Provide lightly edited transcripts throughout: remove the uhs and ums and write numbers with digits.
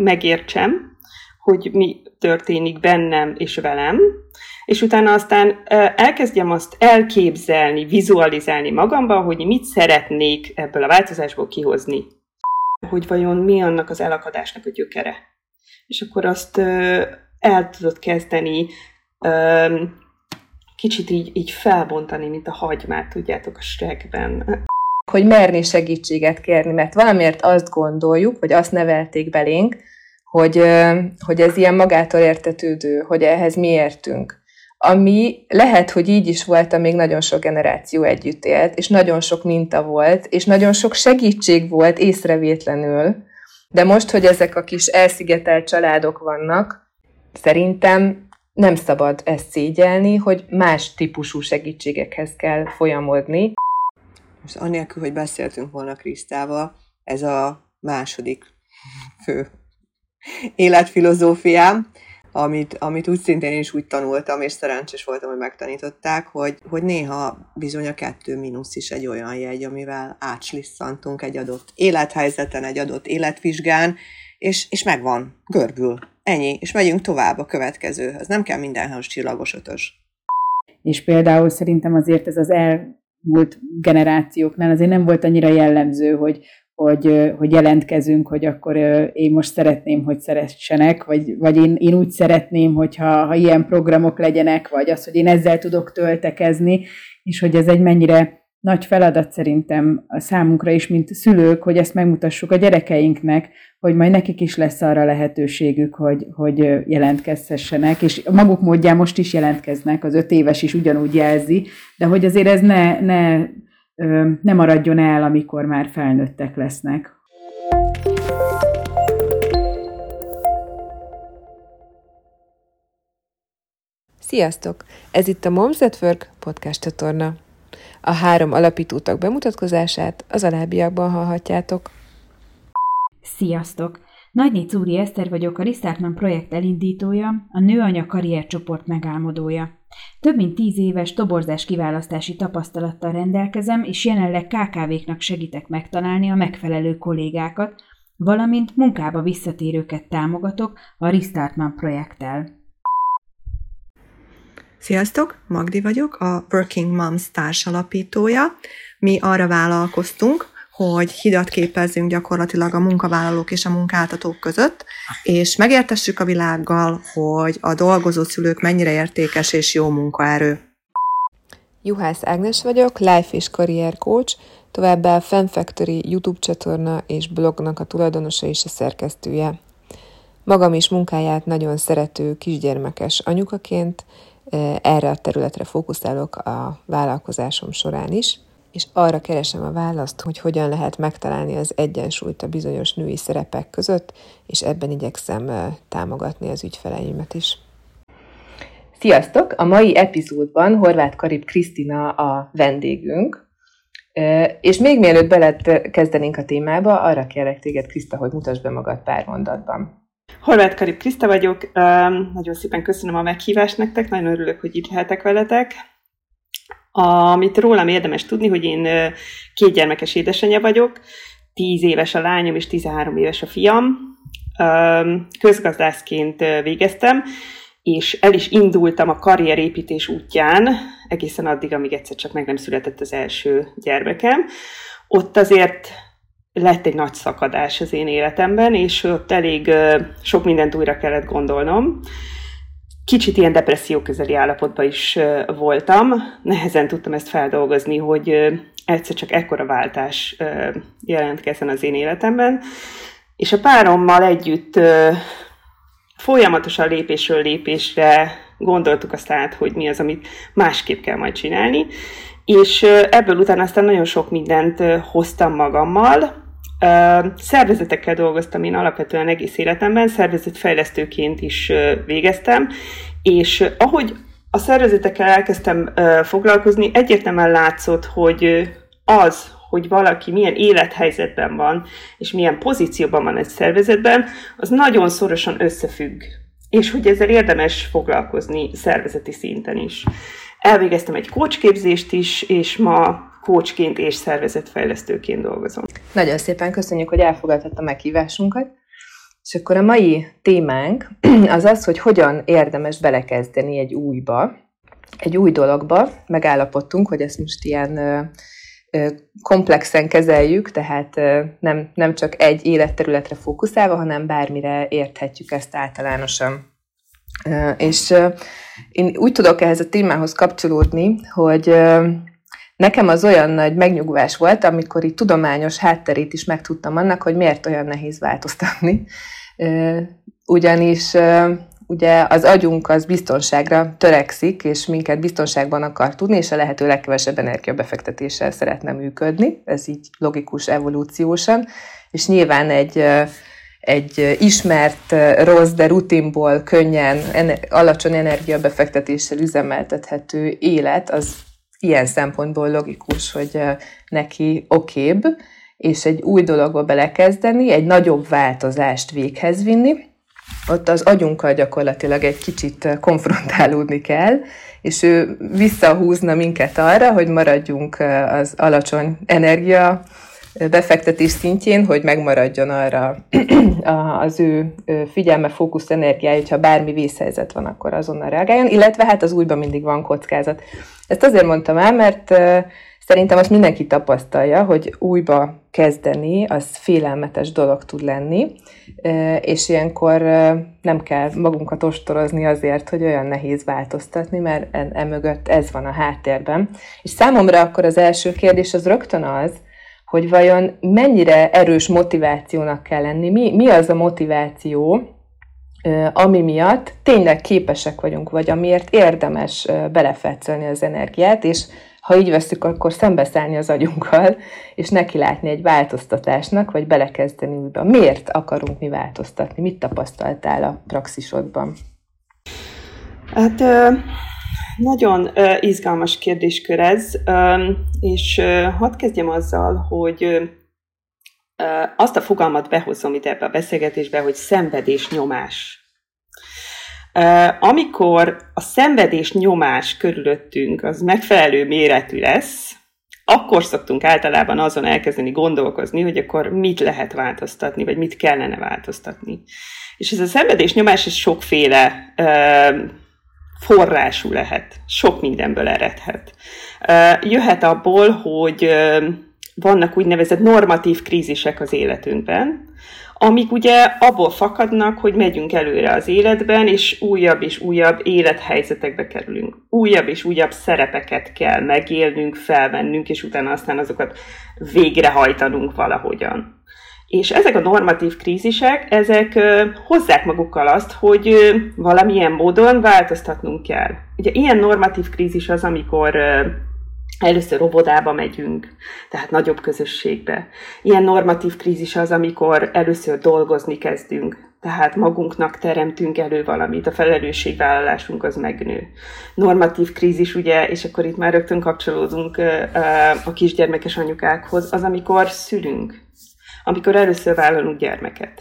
megértsem, hogy mi történik bennem és velem, és utána aztán elkezdjem azt elképzelni, vizualizálni magamban, hogy mit szeretnék ebből a változásból kihozni. Hogy vajon mi annak az elakadásnak a gyökere. És akkor azt el tudod kezdeni kicsit így felbontani, mint a hagymát, tudjátok, a Shrekben. Hogy merni segítséget kérni, mert valamiért azt gondoljuk, vagy azt nevelték belénk, hogy ez ilyen magától értetődő, hogy ehhez mi értünk. Ami lehet, hogy így is volt, amíg nagyon sok generáció együtt élt, és nagyon sok minta volt, és nagyon sok segítség volt észrevétlenül, de most, hogy ezek a kis elszigetelt családok vannak, szerintem nem szabad ezt szégyelni, hogy más típusú segítségekhez kell folyamodni. Most anélkül, hogy beszéltünk volna Krisztával, ez a második fő életfilozófiám, amit úgy szintén is úgy tanultam, és szerencsés voltam, hogy megtanították, hogy néha bizony a 2- is egy olyan jegy, amivel átslisszantunk egy adott élethelyzeten, egy adott életvizsgán, és megvan, görbül. Ennyi, és megyünk tovább a következőhöz. Nem kell mindenhez csillagos ötös. És például szerintem azért ez az elmúlt generációknál azért nem volt annyira jellemző, hogy jelentkezünk, hogy akkor én most szeretném, hogy szeressenek, vagy én úgy szeretném, hogyha ilyen programok legyenek, vagy az, hogy én ezzel tudok töltekezni, és hogy ez egy mennyire nagy feladat szerintem a számunkra is, mint szülők, hogy ezt megmutassuk a gyerekeinknek, hogy majd nekik is lesz arra lehetőségük, hogy jelentkezhessenek, és maguk módján most is jelentkeznek, az 5 éves is ugyanúgy jelzi, de hogy azért ez ne maradjon el, amikor már felnőttek lesznek. Sziasztok! Ez itt a Moms at Work podcast csatorna. A 3 alapítótag bemutatkozását az alábbiakban hallhatjátok. Sziasztok! Nagyné Czúri Eszter vagyok, a Restartman projekt elindítója, a Nőanya karriercsoport megálmodója. Több mint 10 éves toborzás kiválasztási tapasztalattal rendelkezem, és jelenleg KKV-knak segítek megtalálni a megfelelő kollégákat, valamint munkába visszatérőket támogatok a Restartman projekttel. Sziasztok, Magdi vagyok, a Working Moms társalapítója. Mi arra vállalkoztunk, hogy hidat képezzünk gyakorlatilag a munkavállalók és a munkáltatók között, és megértessük a világgal, hogy a dolgozó szülők mennyire értékes és jó munkaerő. Juhász Ágnes vagyok, life és karrier coach, továbbá a Fem Factory YouTube csatorna és blognak a tulajdonosa és a szerkesztője. Magam is munkáját nagyon szerető kisgyermekes anyukaként erre a területre fókuszálok a vállalkozásom során is, és arra keresem a választ, hogy hogyan lehet megtalálni az egyensúlyt a bizonyos női szerepek között, és ebben igyekszem támogatni az ügyfeleimet is. Sziasztok! A mai epizódban Horváth Karib Krisztina a vendégünk, és még mielőtt belekezdenénk a témába, arra kérlek téged, Kriszta, hogy mutasd be magad pár mondatban. Horváth Karib Kriszta vagyok, nagyon szépen köszönöm a meghívást nektek, nagyon örülök, hogy itt lehetek veletek. Amit rólam érdemes tudni, hogy én 2 gyermekes édesanyja vagyok, 10 éves a lányom és 13 éves a fiam. Közgazdászként végeztem, és el is indultam a karrierépítés útján, egészen addig, amíg egyszer csak meg nem született az első gyermekem. Ott azért lett egy nagy szakadás az én életemben, és ott elég sok mindent újra kellett gondolnom. Kicsit ilyen depresszió közeli állapotban is voltam. Nehezen tudtam ezt feldolgozni, hogy egyszer csak ekkora váltás jelentkezzen az én életemben. És a párommal együtt folyamatosan lépésről lépésre gondoltuk azt át, hogy mi az, amit másképp kell majd csinálni. És ebből utána aztán nagyon sok mindent hoztam magammal. Szervezetekkel dolgoztam én alapvetően egész életemben, szervezetfejlesztőként is végeztem, és ahogy a szervezetekkel elkezdtem foglalkozni, egyértelműen látszott, hogy az, hogy valaki milyen élethelyzetben van, és milyen pozícióban van egy szervezetben, az nagyon szorosan összefügg, és hogy ezzel érdemes foglalkozni szervezeti szinten is. Elvégeztem egy coachképzést is, és ma coachként és szervezetfejlesztőként dolgozom. Nagyon szépen köszönjük, hogy elfogadtad a meghívásunkat. És akkor a mai témánk az az, hogy hogyan érdemes belekezdeni egy új dologba. Megállapodtunk, hogy ezt most ilyen komplexen kezeljük, tehát nem csak egy életterületre fókuszálva, hanem bármire érthetjük ezt általánosan. És én úgy tudok ehhez a témához kapcsolódni, hogy nekem az olyan nagy megnyugvás volt, amikor így tudományos hátterét is megtudtam annak, hogy miért olyan nehéz változtatni. Ugyanis ugye az agyunk az biztonságra törekszik, és minket biztonságban akar tudni, és a lehető legkevesebb energiabefektetéssel szeretne működni. Ez így logikus evolúciósan. És nyilván egy ismert rossz, de rutinból könnyen, alacsony energiabefektetéssel üzemeltethető élet, az ilyen szempontból logikus, hogy neki okébb, és egy új dologba belekezdeni, egy nagyobb változást véghez vinni, ott az agyunkkal gyakorlatilag egy kicsit konfrontálódni kell, és ő visszahúzna minket arra, hogy maradjunk az alacsony energia befektetés szintjén, hogy megmaradjon arra az ő figyelme, fókusz, energiája, hogyha bármi vészhelyzet van, akkor azonnal reagáljon, illetve hát az újban mindig van kockázat. Ezt azért mondtam el, mert szerintem azt mindenki tapasztalja, hogy újba kezdeni, az félelmetes dolog tud lenni, és ilyenkor nem kell magunkat ostorozni azért, hogy olyan nehéz változtatni, mert emögött ez van a háttérben. És számomra akkor az első kérdés az rögtön az, hogy vajon mennyire erős motivációnak kell lenni, mi az a motiváció, ami miatt tényleg képesek vagyunk, vagy amiért érdemes belefetszelni az energiát, és ha így veszük, akkor szembeszállni az agyunkkal, és nekilátni egy változtatásnak, vagy belekezdeni újba. Miért akarunk mi változtatni? Mit tapasztaltál a praxisodban? Hát nagyon izgalmas kérdéskör ez, és hadd kezdjem azzal, hogy azt a fogalmat behozom ide ebbe a beszélgetésbe, hogy szenvedés-nyomás. Amikor a szenvedés-nyomás körülöttünk az megfelelő méretű lesz, akkor szoktunk általában azon elkezdeni gondolkozni, hogy akkor mit lehet változtatni, vagy mit kellene változtatni. És ez a szenvedés-nyomás ez sokféle forrású lehet, sok mindenből eredhet. Jöhet abból, hogy vannak úgynevezett normatív krízisek az életünkben, amik ugye abból fakadnak, hogy megyünk előre az életben, és újabb élethelyzetekbe kerülünk. Újabb és újabb szerepeket kell megélnünk, felvennünk, és utána aztán azokat végrehajtanunk valahogyan. És ezek a normatív krízisek, ezek hozzák magukkal azt, hogy valamilyen módon változtatnunk kell. Ugye ilyen normatív krízis az, amikor először óvodába megyünk, tehát nagyobb közösségbe. Ilyen normatív krízis az, amikor először dolgozni kezdünk, tehát magunknak teremtünk elő valamit, a felelősségvállalásunk az megnő. Normatív krízis, ugye, és akkor itt már rögtön kapcsolódunk a kisgyermekes anyukákhoz, az, amikor szülünk, amikor először vállalunk gyermeket.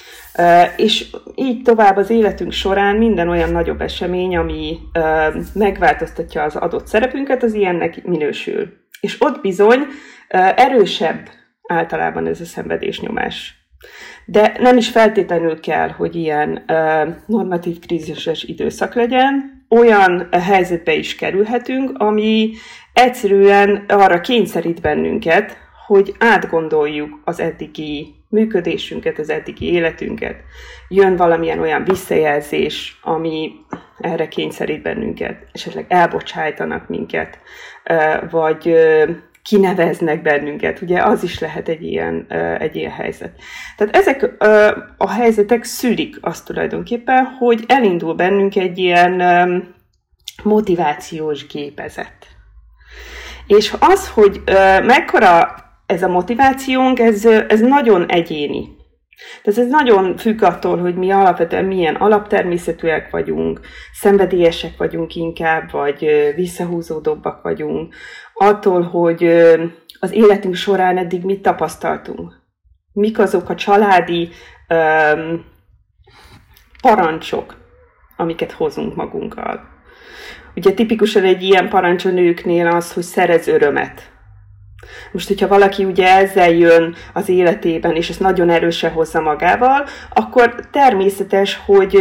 És így tovább az életünk során minden olyan nagyobb esemény, ami megváltoztatja az adott szerepünket, az ilyennek minősül. És ott bizony erősebb általában ez a szenvedésnyomás. De nem is feltétlenül kell, hogy ilyen normatív krízises időszak legyen, olyan helyzetbe is kerülhetünk, ami egyszerűen arra kényszerít bennünket, hogy átgondoljuk az eddigi működésünket, az eddigi életünket. Jön valamilyen olyan visszajelzés, ami erre kényszerít bennünket, esetleg elbocsájtanak minket, vagy kineveznek bennünket. Ugye az is lehet egy ilyen helyzet. Tehát ezek a helyzetek szülik azt tulajdonképpen, hogy elindul bennünk egy ilyen motivációs gépezet. És az, hogy mekkora ez a motivációnk, ez nagyon egyéni. Tehát ez nagyon függ attól, hogy mi alapvetően milyen alaptermészetűek vagyunk, szenvedélyesek vagyunk inkább, vagy visszahúzódóbbak vagyunk. Attól, hogy az életünk során eddig mit tapasztaltunk. Mik azok a családi parancsok, amiket hozunk magunkkal. Ugye tipikusan egy ilyen parancs a nőknél az, hogy szerez örömet. Most, hogyha valaki ugye ezzel jön az életében, és ezt nagyon erősen hozza magával, akkor természetes, hogy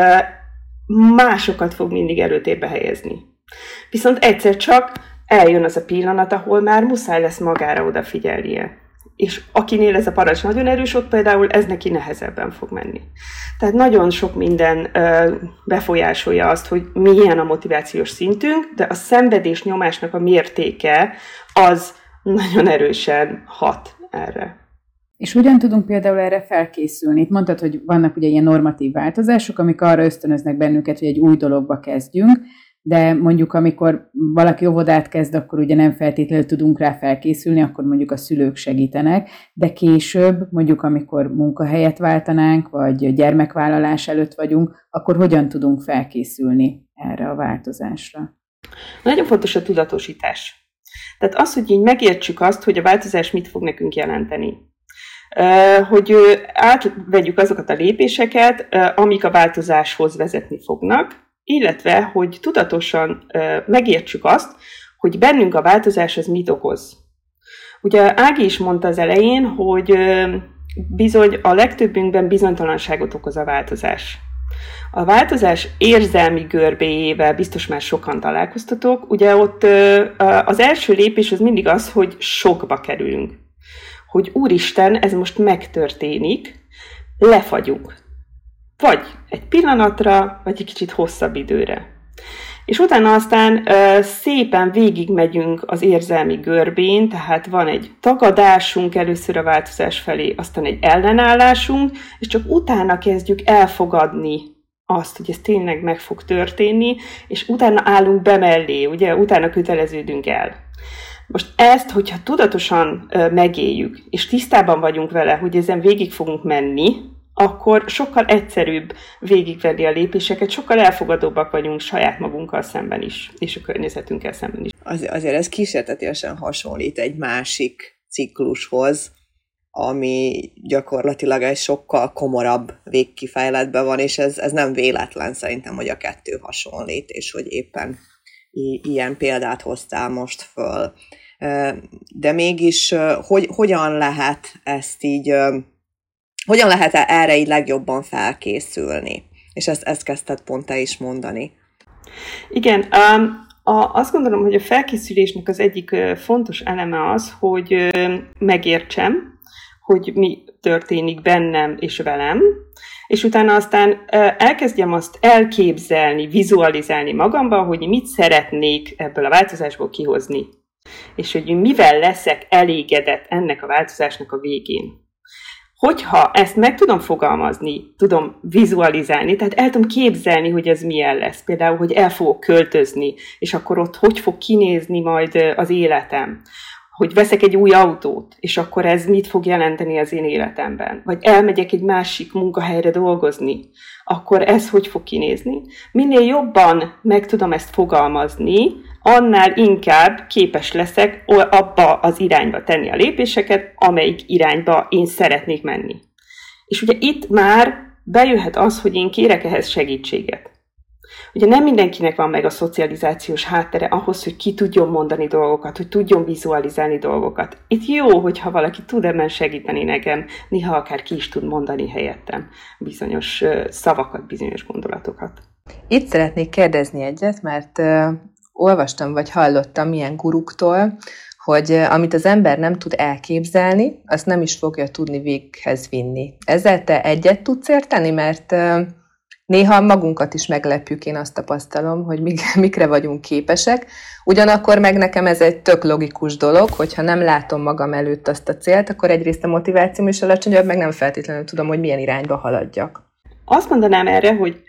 másokat fog mindig előtérbe helyezni. Viszont egyszer csak eljön az a pillanat, ahol már muszáj lesz magára odafigyelnie. És akinél ez a parancs nagyon erős, ott például ez neki nehezebben fog menni. Tehát nagyon sok minden befolyásolja azt, hogy milyen a motivációs szintünk, de a szenvedés nyomásnak a mértéke az nagyon erősen hat erre. És hogyan tudunk például erre felkészülni? Itt mondtad, hogy vannak ugye ilyen normatív változások, amik arra ösztönöznek bennünket, hogy egy új dologba kezdjünk, de mondjuk amikor valaki óvodát kezd, akkor ugye nem feltétlenül tudunk rá felkészülni, akkor mondjuk a szülők segítenek, de később, mondjuk amikor munkahelyet váltanánk, vagy gyermekvállalás előtt vagyunk, akkor hogyan tudunk felkészülni erre a változásra? Nagyon fontos a tudatosítás. Tehát az, hogy így megértsük azt, hogy a változás mit fog nekünk jelenteni. Hogy átvegyük azokat a lépéseket, amik a változáshoz vezetni fognak, illetve, hogy tudatosan megértsük azt, hogy bennünk a változás az mit okoz. Ugye Ági is mondta az elején, hogy bizony a legtöbbünkben bizonytalanságot okoz a változás. A változás érzelmi görbéjével biztos már sokan találkoztatok. Ugye ott az első lépés az mindig az, hogy sokba kerülünk. Hogy úristen, ez most megtörténik, lefagyunk. Vagy egy pillanatra, vagy egy kicsit hosszabb időre. És utána aztán szépen végigmegyünk az érzelmi görbén, tehát van egy tagadásunk először a változás felé, aztán egy ellenállásunk, és csak utána kezdjük elfogadni azt, hogy ez tényleg meg fog történni, és utána állunk be mellé, ugye, utána köteleződünk el. Most ezt, hogyha tudatosan megéljük, és tisztában vagyunk vele, hogy ezen végig fogunk menni, akkor sokkal egyszerűbb végigvenni a lépéseket, sokkal elfogadóbbak vagyunk saját magunkkal szemben is, és a környezetünkkel szemben is. Azért ez kísértetiesen hasonlít egy másik ciklushoz, ami gyakorlatilag egy sokkal komorabb végkifejletben van, és ez nem véletlen szerintem, hogy a kettő hasonlít, és hogy éppen ilyen példát hoztál most föl. De mégis hogyan lehet ezt így... Hogyan lehet erre így legjobban felkészülni? És ezt kezdted pont te is mondani. Igen, azt gondolom, hogy a felkészülésnek az egyik fontos eleme az, hogy megértsem, hogy mi történik bennem és velem, és utána aztán elkezdjem azt elképzelni, vizualizálni magamban, hogy mit szeretnék ebből a változásból kihozni. És hogy mivel leszek elégedett ennek a változásnak a végén. Hogyha ezt meg tudom fogalmazni, tudom vizualizálni, tehát el tudom képzelni, hogy ez milyen lesz. Például, hogy el fogok költözni, és akkor ott hogy fog kinézni majd az életem. Hogy veszek egy új autót, és akkor ez mit fog jelenteni az én életemben. Vagy elmegyek egy másik munkahelyre dolgozni, akkor ez hogy fog kinézni. Minél jobban meg tudom ezt fogalmazni, annál inkább képes leszek abba az irányba tenni a lépéseket, amelyik irányba én szeretnék menni. És ugye itt már bejöhet az, hogy én kérek ehhez segítséget. Ugye nem mindenkinek van meg a szocializációs háttere ahhoz, hogy ki tudjon mondani dolgokat, hogy tudjon vizualizálni dolgokat. Itt jó, hogyha valaki tud ebben segíteni nekem, néha akár ki is tud mondani helyettem bizonyos szavakat, bizonyos gondolatokat. Itt szeretnék kérdezni egyet, mert olvastam vagy hallottam ilyen guruktól, hogy amit az ember nem tud elképzelni, azt nem is fogja tudni véghez vinni. Ezzel te egyet tudsz érteni, mert néha magunkat is meglepjük, én azt tapasztalom, hogy mikre vagyunk képesek. Ugyanakkor meg nekem ez egy tök logikus dolog, hogyha nem látom magam előtt azt a célt, akkor egyrészt a motivációm is alacsonyabb, meg nem feltétlenül tudom, hogy milyen irányba haladjak. Azt mondanám erre, hogy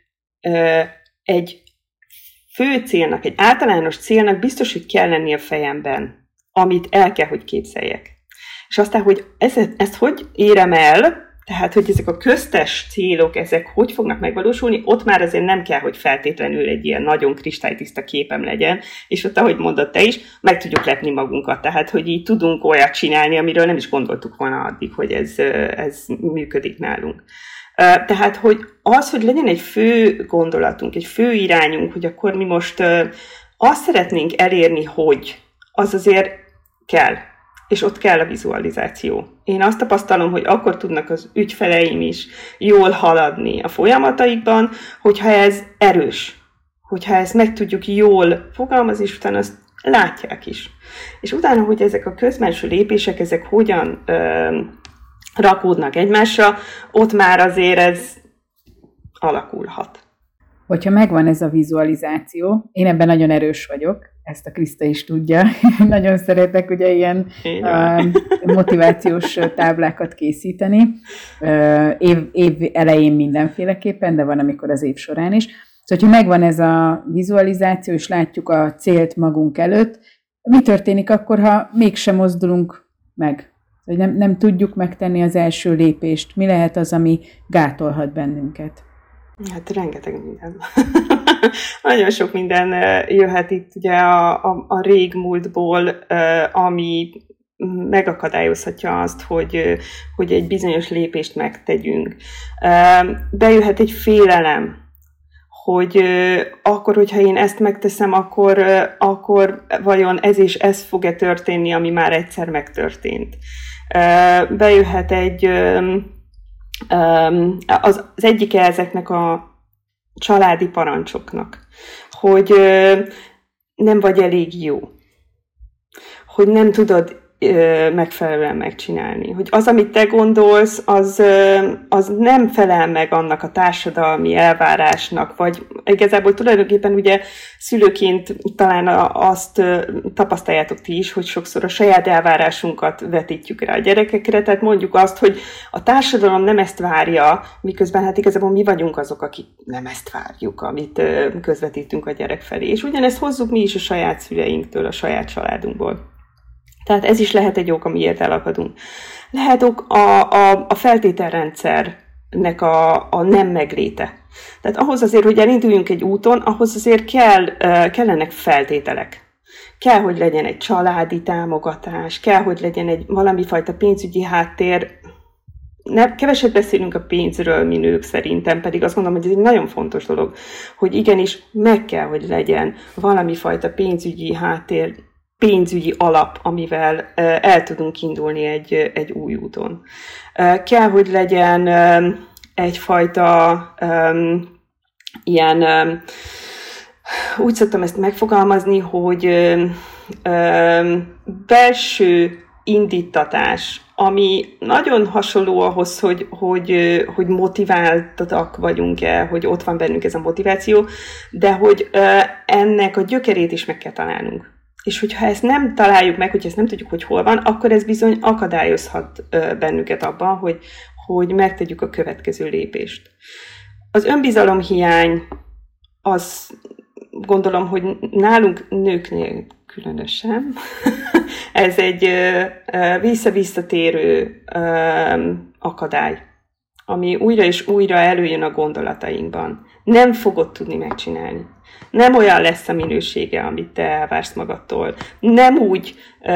egy fő célnak, egy általános célnak biztos, hogy kell lenni a fejemben, amit el kell, hogy képzeljek. És aztán, hogy ezt hogy érem el, tehát, hogy ezek a köztes célok, ezek hogy fognak megvalósulni, ott már azért nem kell, hogy feltétlenül egy ilyen nagyon kristálytiszta képem legyen, és ott, ahogy mondod te is, meg tudjuk lepni magunkat. Tehát, hogy így tudunk olyat csinálni, amiről nem is gondoltuk volna addig, hogy ez működik nálunk. Tehát, hogy az, hogy legyen egy fő gondolatunk, egy fő irányunk, hogy akkor mi most azt szeretnénk elérni, hogy az azért kell. és ott kell a vizualizáció. Én azt tapasztalom, hogy akkor tudnak az ügyfeleim is jól haladni a folyamataikban, hogyha ez erős, hogyha ezt meg tudjuk jól fogalmazni, és utána azt látják is. És utána, hogy ezek a közbenső lépések, ezek hogyan rakódnak egymásra, ott már azért ez alakulhat. Hogyha megvan ez a vizualizáció, én ebben nagyon erős vagyok, ezt a Kriszta is tudja, nagyon szeretek ugye ilyen motivációs táblákat készíteni, év elején mindenféleképpen, de van, amikor az év során is. Szóval, hogyha megvan ez a vizualizáció, és látjuk a célt magunk előtt, mi történik akkor, ha mégsem mozdulunk meg? Hogy nem tudjuk megtenni az első lépést? Mi lehet az, ami gátolhat bennünket? Hát rengeteg minden. Nagyon sok minden jöhet itt ugye a régmúltból, ami megakadályozhatja azt, hogy egy bizonyos lépést megtegyünk. Bejöhet egy félelem, hogy akkor, hogyha én ezt megteszem, akkor vajon ez és ez fog-e történni, ami már egyszer megtörtént. Bejöhet az egyike ezeknek a családi parancsoknak, hogy nem vagy elég jó, hogy nem tudod megfelelően megcsinálni. Hogy az, amit te gondolsz, az nem felel meg annak a társadalmi elvárásnak, vagy igazából tulajdonképpen ugye szülőként talán azt tapasztaljátok ti is, hogy sokszor a saját elvárásunkat vetítjük rá a gyerekekre, tehát mondjuk azt, hogy a társadalom nem ezt várja, miközben hát igazából mi vagyunk azok, akik nem ezt várjuk, amit közvetítünk a gyerek felé. És ugyanezt hozzuk mi is a saját szüleinktől, a saját családunkból. Tehát ez is lehet egy ok, amiért elakadunk. Lehet ok a feltételrendszernek a nem megléte. Tehát ahhoz azért, hogy elinduljunk egy úton, ahhoz azért kellenek feltételek. Kell, hogy legyen egy családi támogatás, kell, hogy legyen egy valami fajta pénzügyi háttér. Keveset beszélünk a pénzről, mi nők szerintem, pedig azt gondolom, hogy ez egy nagyon fontos dolog, hogy igenis meg kell, hogy legyen valami fajta pénzügyi háttér, pénzügyi alap, amivel el tudunk indulni egy új úton. Kell, hogy legyen egyfajta ilyen, úgy szoktam ezt megfogalmazni, hogy belső indítatás, ami nagyon hasonló ahhoz, hogy motiváltak vagyunk-e, hogy ott van bennünk ez a motiváció, de hogy ennek a gyökerét is meg kell találnunk. És hogyha ezt nem találjuk meg, hogyha ezt nem tudjuk, hogy hol van, akkor ez bizony akadályozhat bennünket abban, hogy megtegyük a következő lépést. Az önbizalomhiány, az gondolom, hogy nálunk nőknél különösen, ez egy visszavisszatérő akadály, ami újra és újra előjön a gondolatainkban. Nem fogod tudni megcsinálni. Nem olyan lesz a minősége, amit te elvársz magadtól. Nem úgy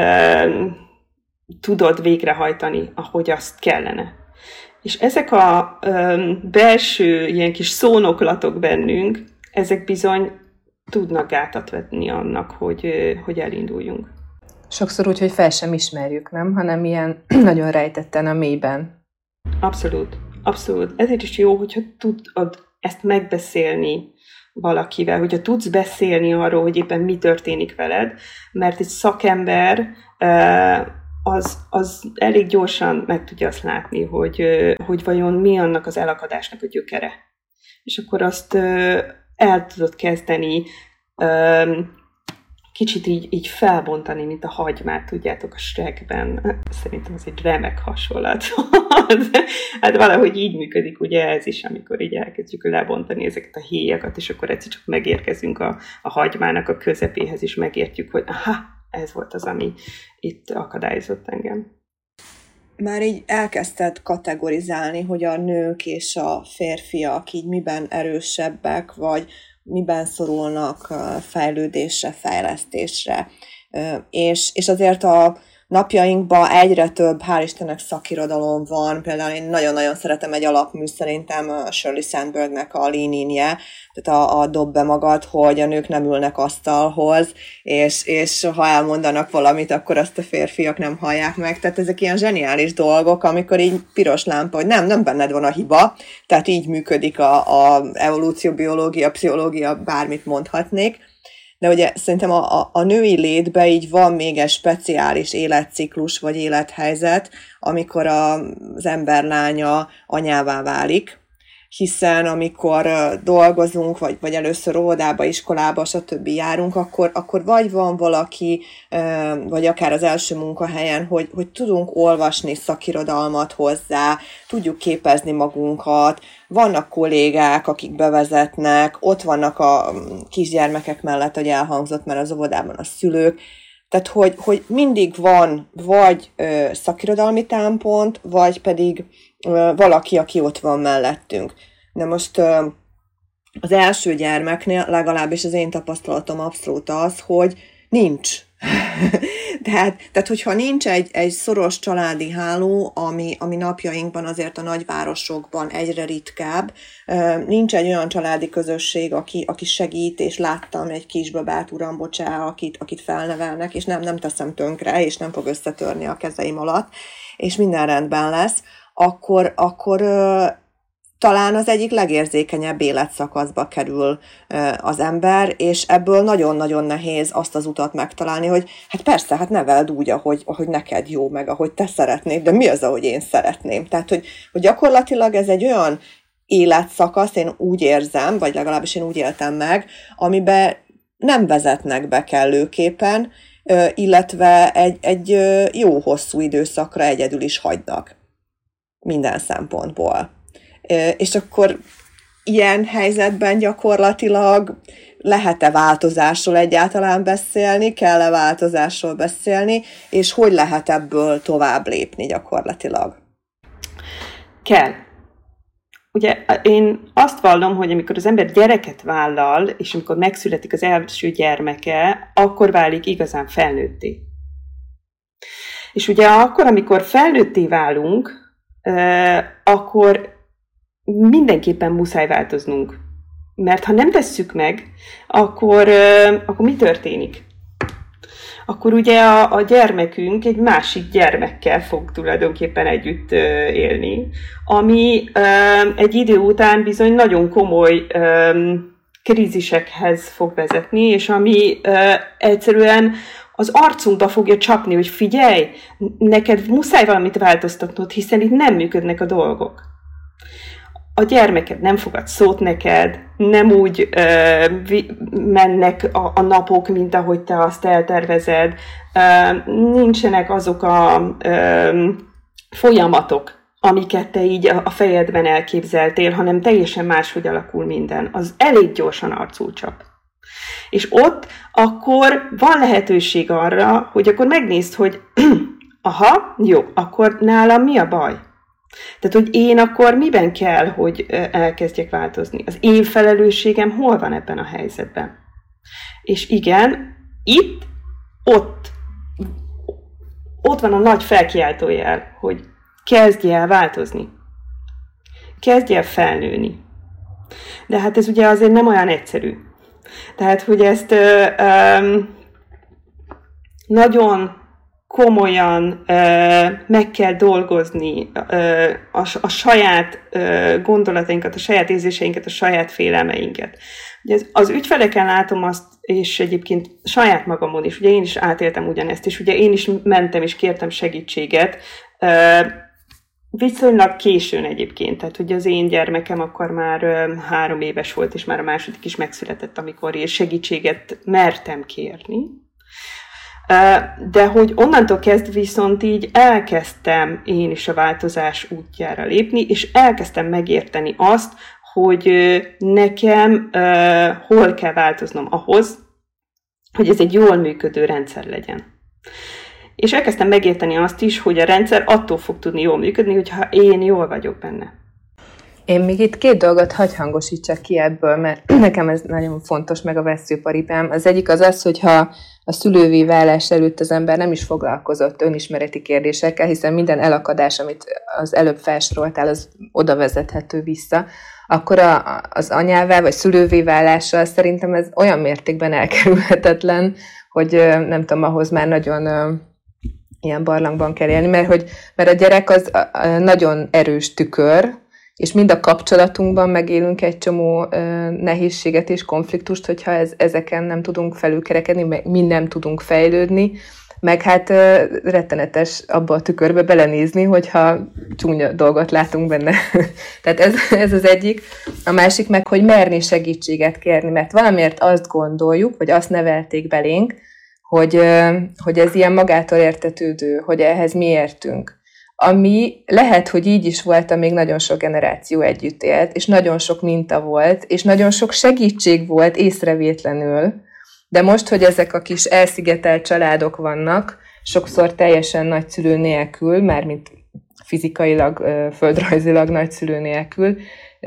tudod végrehajtani, ahogy azt kellene. És ezek a belső ilyen kis szónoklatok bennünk, ezek bizony tudnak gátat vetni annak, hogy elinduljunk. Sokszor úgy, hogy fel sem ismerjük, nem? Hanem ilyen nagyon rejtetten a mélyben. Abszolút, abszolút. Ezért is jó, hogyha tudod ezt megbeszélni valakivel, hogyha tudsz beszélni arról, hogy éppen mi történik veled, mert egy szakember az elég gyorsan meg tudja azt látni, hogy vajon mi annak az elakadásnak a gyökere. És akkor azt el tudod kezdeni kicsit így felbontani, mint a hagymát, tudjátok, a Shrekben. Szerintem ez egy remek hasonlat. Hát valahogy így működik ugye ez is, amikor így elkezdjük lebontani ezeket a héjakat, és akkor egyszer csak megérkezünk a hagymának a közepéhez, és megértjük, hogy ez volt az, ami itt akadályozott engem. Már így elkezdted kategorizálni, hogy a nők és a férfiak így miben erősebbek, vagy miben szorulnak fejlődésre, fejlesztésre. És azért napjainkban egyre több, hál' Istennek, szakirodalom van. Például én nagyon-nagyon szeretem egy alapmű, szerintem Shirley Sandbergnek a Lean In-je, tehát a dob be magad, hogy a nők nem ülnek asztalhoz, és ha elmondanak valamit, akkor azt a férfiak nem hallják meg. Tehát ezek ilyen zseniális dolgok, amikor így piros lámpa, hogy nem benned van a hiba, tehát így működik a evolúció, biológia, pszichológia, bármit mondhatnék. De ugye szerintem a női létben így van még egy speciális életciklus vagy élethelyzet, amikor az emberlánya anyává válik, hiszen amikor dolgozunk, vagy először óvodába, iskolába, stb. Járunk, akkor vagy van valaki, vagy akár az első munkahelyen, hogy tudunk olvasni szakirodalmat hozzá, tudjuk képezni magunkat, vannak kollégák, akik bevezetnek, ott vannak a kisgyermekek mellett, hogy elhangzott már az óvodában a szülők, tehát hogy mindig van vagy szakirodalmi támpont, vagy pedig valaki, aki ott van mellettünk. De most az első gyermeknél legalábbis az én tapasztalatom abszolút az, hogy nincs. Tehát, hogyha nincs egy szoros családi háló, ami napjainkban azért a nagyvárosokban egyre ritkább, nincs egy olyan családi közösség, aki segít, és láttam egy kisbabát, uram, bocsá, akit felnevelnek, és nem teszem tönkre, és nem fog összetörni a kezeim alatt, és minden rendben lesz, akkor talán az egyik legérzékenyebb életszakaszba kerül az ember, és ebből nagyon-nagyon nehéz azt az utat megtalálni, hogy hát persze, hát neveld úgy, ahogy neked jó, meg ahogy te szeretnéd, de mi az, ahogy én szeretném? Tehát, hogy gyakorlatilag ez egy olyan életszakasz, én úgy érzem, vagy legalábbis én úgy éltem meg, amiben nem vezetnek be kellőképpen, illetve egy jó hosszú időszakra egyedül is hagynak minden szempontból. És akkor ilyen helyzetben gyakorlatilag lehet-e változásról egyáltalán beszélni, kell-e változásról beszélni, és hogy lehet ebből tovább lépni gyakorlatilag? Kell. Ugye én azt vallom, hogy amikor az ember gyereket vállal, és amikor megszületik az első gyermeke, akkor válik igazán felnőtté. És ugye akkor, amikor felnőtté válunk, akkor mindenképpen muszáj változnunk. Mert ha nem tesszük meg, akkor mi történik? Akkor ugye a gyermekünk egy másik gyermekkel fog tulajdonképpen együtt élni, ami egy idő után bizony nagyon komoly krízisekhez fog vezetni, és ami egyszerűen az arcunkba fogja csapni, hogy figyelj, neked muszáj valamit változtatnod, hiszen itt nem működnek a dolgok. A gyermeked nem fogad szót neked, nem úgy mennek a napok, mint ahogy te azt eltervezed, nincsenek azok a folyamatok, amiket te így a fejedben elképzeltél, hanem teljesen máshogy alakul minden. Az elég gyorsan arcul csap. És ott akkor van lehetőség arra, hogy akkor megnézd, hogy aha, jó, akkor nálam mi a baj? Tehát, hogy én akkor miben kell, hogy elkezdjek változni? Az én felelősségem hol van ebben a helyzetben? És igen, ott van a nagy felkiáltójel, hogy kezdj el változni. Kezdj el felnőni. De hát ez ugye azért nem olyan egyszerű. Tehát, hogy ezt nagyon komolyan meg kell dolgozni a saját gondolatainkat, a saját érzéseinket, a saját félelmeinket. Ugye az ügyfeleken látom azt, és egyébként saját magamon is, ugye én is átéltem ugyanezt, és ugye én is mentem és kértem segítséget, viszonylag későn egyébként, tehát ugye az én gyermekem akkor már 3 éves volt, és már a második is megszületett, amikor én segítséget mertem kérni. De hogy onnantól kezdve viszont így elkezdtem én is a változás útjára lépni, és elkezdtem megérteni azt, hogy nekem hol kell változnom ahhoz, hogy ez egy jól működő rendszer legyen. És elkezdtem megérteni azt is, hogy a rendszer attól fog tudni jól működni, hogyha én jól vagyok benne. Én még itt 2 dolgot hagy hangosítsak ki ebből, mert nekem ez nagyon fontos, meg a veszőparipám. Az egyik az, hogyha a szülővé válás előtt az ember nem is foglalkozott önismereti kérdésekkel, hiszen minden elakadás, amit az előbb felsoroltál, az oda vezethető vissza, akkor az anyává vagy szülővé válással szerintem ez olyan mértékben elkerülhetetlen, hogy nem tudom, ahhoz már nagyon ilyen barlangban kell élni, mert a gyerek az nagyon erős tükör, és mind a kapcsolatunkban megélünk egy csomó nehézséget és konfliktust, hogyha ezeken nem tudunk felülkerekedni, mi nem tudunk fejlődni, meg hát rettenetes abba a tükörbe belenézni, hogyha csúnya dolgot látunk benne. Tehát ez az egyik. A másik meg, hogy merni segítséget kérni, mert valamiért azt gondoljuk, vagy azt nevelték belénk, hogy ez ilyen magától értetődő, hogy ehhez mi értünk. Ami lehet, hogy így is volt, amíg nagyon sok generáció együtt élt, és nagyon sok minta volt, és nagyon sok segítség volt észrevétlenül, de most, hogy ezek a kis elszigetelt családok vannak, sokszor teljesen nagyszülő nélkül, mármint fizikailag, földrajzilag nagyszülő nélkül,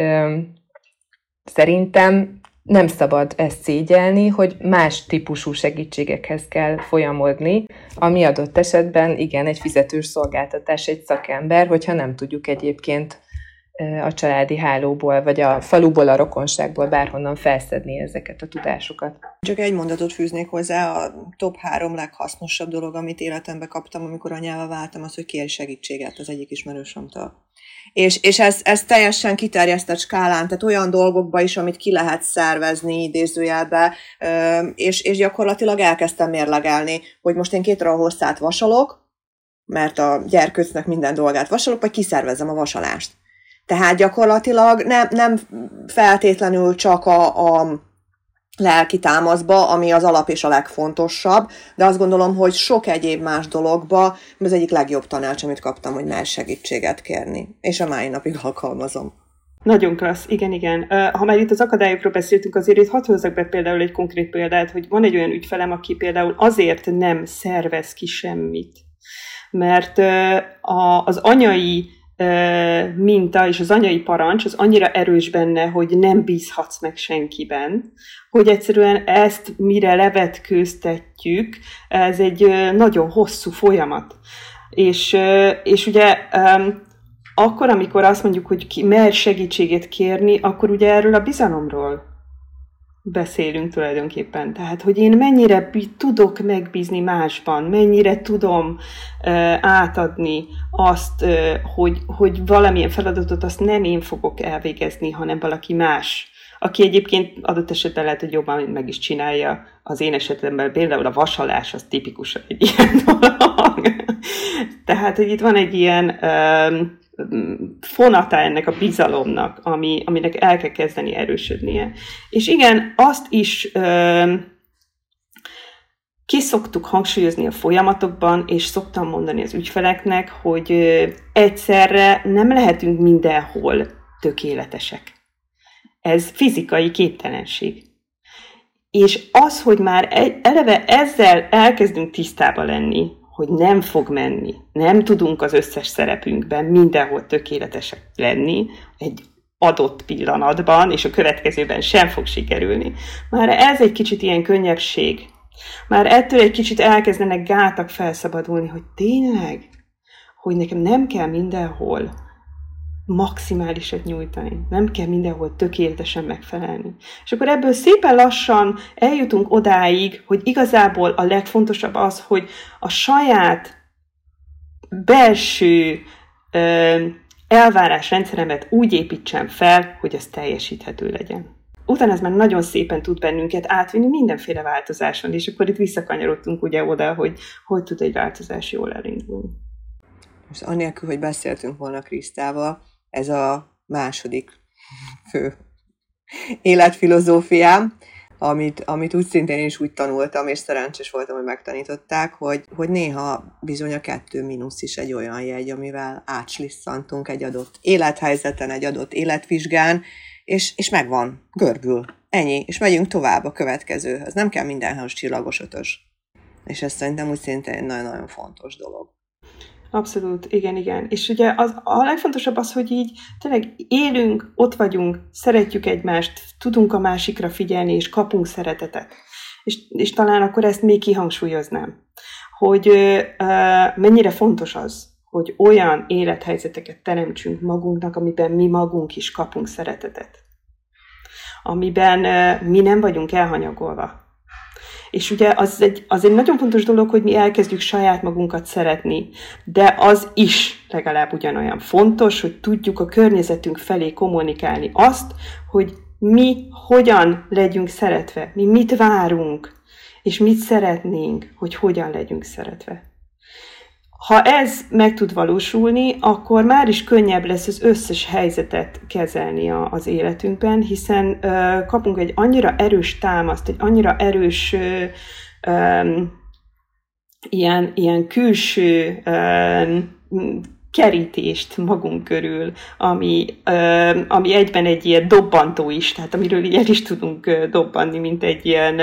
szerintem nem szabad ezt szégyelni, hogy más típusú segítségekhez kell folyamodni, ami adott esetben igen, egy fizetős szolgáltatás, egy szakember, hogyha nem tudjuk egyébként a családi hálóból, vagy a faluból, a rokonságból bárhonnan felszedni ezeket a tudásokat. Csak egy mondatot fűznék hozzá, a top 3 leghasznosabb dolog, amit életemben kaptam, amikor anyává váltam, az, hogy kérj segítséget az egyik ismerősömtől. És ez teljesen kiterjesztett skálán, tehát olyan dolgokba is, amit ki lehet szervezni idézőjelbe, és gyakorlatilag elkezdtem mérlegelni, hogy most én 2 óra hosszát vasalok, mert a gyerkőcnek minden dolgát vasalok, vagy kiszervezzem a vasalást. Tehát gyakorlatilag nem feltétlenül csak a lelki támaszba, ami az alap és a legfontosabb, de azt gondolom, hogy sok egyéb más dologba az egyik legjobb tanács, amit kaptam, hogy mer segítséget kérni. És a mai napig alkalmazom. Nagyon klassz, igen. Ha már itt az akadályokról beszéltünk, azért itt hadd hozzak be például egy konkrét példát, hogy van egy olyan ügyfelem, aki például azért nem szervez ki semmit, mert az anyai minta és az anyai parancs az annyira erős benne, hogy nem bízhatsz meg senkiben, hogy egyszerűen ezt mire levetkőztetjük, ez egy nagyon hosszú folyamat. És ugye akkor, amikor azt mondjuk, hogy ki mer segítséget kérni, akkor ugye erről a bizalomról beszélünk tulajdonképpen. Tehát, hogy én mennyire tudok megbízni másban, mennyire tudom átadni azt, hogy valamilyen feladatot azt nem én fogok elvégezni, hanem valaki más, aki egyébként adott esetben lehet, hogy jobban meg is csinálja. Az én esetemben például a vasalás az tipikusan egy ilyen dolog. Tehát, hogy itt van egy ilyen fonata ennek a bizalomnak, aminek el kell kezdeni erősödnie. És igen, azt is ki szoktuk hangsúlyozni a folyamatokban, és szoktam mondani az ügyfeleknek, hogy egyszerre nem lehetünk mindenhol tökéletesek. Ez fizikai képtelenség. És az, hogy már eleve ezzel elkezdünk tisztába lenni, hogy nem fog menni, nem tudunk az összes szerepünkben mindenhol tökéletesek lenni egy adott pillanatban, és a következőben sem fog sikerülni. Már ez egy kicsit ilyen könnyebbség. Már ettől egy kicsit elkezdenek gátak felszabadulni, hogy tényleg, hogy nekem nem kell mindenhol maximálisat nyújtani. Nem kell mindenhol tökéletesen megfelelni. És akkor ebből szépen lassan eljutunk odáig, hogy igazából a legfontosabb az, hogy a saját belső elvárásrendszeremet úgy építsem fel, hogy ez teljesíthető legyen. Utána ez már nagyon szépen tud bennünket átvinni mindenféle változáson, és akkor itt visszakanyarodtunk ugye oda, hogy tud egy változás jól elindulni. Most annélkül, hogy beszéltünk volna Krisztával, ez a második fő életfilozófiám, amit úgy szintén én is úgy tanultam, és szerencsés voltam, hogy megtanították, hogy néha bizony a 2 mínusz is egy olyan jegy, amivel átslisszantunk egy adott élethelyzeten, egy adott életvizsgán, és megvan, görbül, ennyi, és megyünk tovább a következőhöz. Nem kell mindenhez csillagos 5-ös. És ez szerintem úgy szintén egy nagyon-nagyon fontos dolog. Abszolút, igen. És ugye a legfontosabb az, hogy így tényleg élünk, ott vagyunk, szeretjük egymást, tudunk a másikra figyelni, és kapunk szeretetet. És talán akkor ezt még kihangsúlyoznám, hogy mennyire fontos az, hogy olyan élethelyzeteket teremtsünk magunknak, amiben mi magunk is kapunk szeretetet. Amiben mi nem vagyunk elhanyagolva. És ugye az egy nagyon fontos dolog, hogy mi elkezdjük saját magunkat szeretni, de az is legalább ugyanolyan fontos, hogy tudjuk a környezetünk felé kommunikálni azt, hogy mi hogyan legyünk szeretve, mi mit várunk, és mit szeretnénk, hogy hogyan legyünk szeretve. Ha ez meg tud valósulni, akkor már is könnyebb lesz az összes helyzetet kezelni az életünkben, hiszen kapunk egy annyira erős támaszt, egy annyira erős ilyen külső kerítést magunk körül, ami egyben egy ilyen dobbantó is, tehát amiről így el is tudunk dobbanni, mint egy ilyen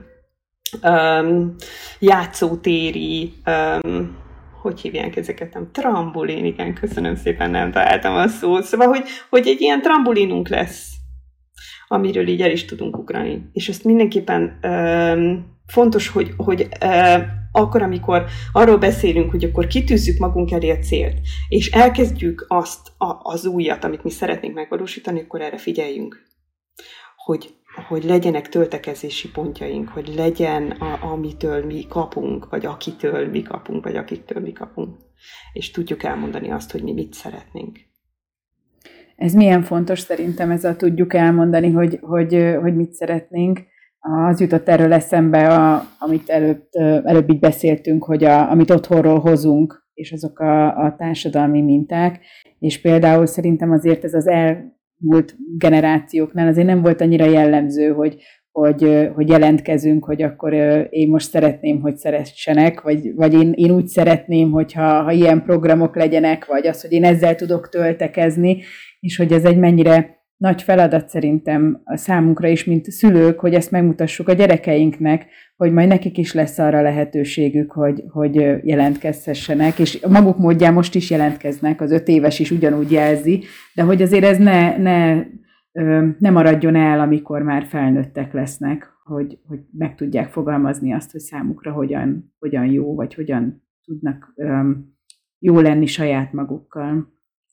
játszótéri, hogy hívják ezeket, nem? Trambulin, igen, köszönöm szépen, nem találtam a szót. Szóval, hogy egy ilyen trambulinunk lesz, amiről így el is tudunk ugrani. És ezt mindenképpen fontos, hogy akkor, amikor arról beszélünk, hogy akkor kitűzzük magunk elé a célt, és elkezdjük azt az újat, amit mi szeretnénk megvalósítani, akkor erre figyeljünk. Hogy legyenek töltekezési pontjaink, hogy legyen, amitől mi kapunk, vagy akitől mi kapunk, vagy akiktől mi kapunk. És tudjuk elmondani azt, hogy mi mit szeretnénk. Ez milyen fontos szerintem, ez a tudjuk elmondani, hogy mit szeretnénk. Az jutott erről eszembe, amit előbb így beszéltünk, hogy amit otthonról hozunk, és azok a társadalmi minták. És például szerintem azért ez az elmúlt generációknál azért nem volt annyira jellemző, hogy jelentkezünk, hogy akkor én most szeretném, hogy szeressenek, vagy én úgy szeretném, hogyha ilyen programok legyenek, vagy az, hogy én ezzel tudok töltekezni, és hogy ez egy mennyire nagy feladat szerintem a számunkra is, mint szülők, hogy ezt megmutassuk a gyerekeinknek, hogy majd nekik is lesz arra lehetőségük, hogy jelentkezhessenek, és a maguk módján most is jelentkeznek, az 5 éves is ugyanúgy jelzi, de hogy azért ez ne maradjon el, amikor már felnőttek lesznek, hogy meg tudják fogalmazni azt, hogy számukra hogyan jó, vagy hogyan tudnak jó lenni saját magukkal.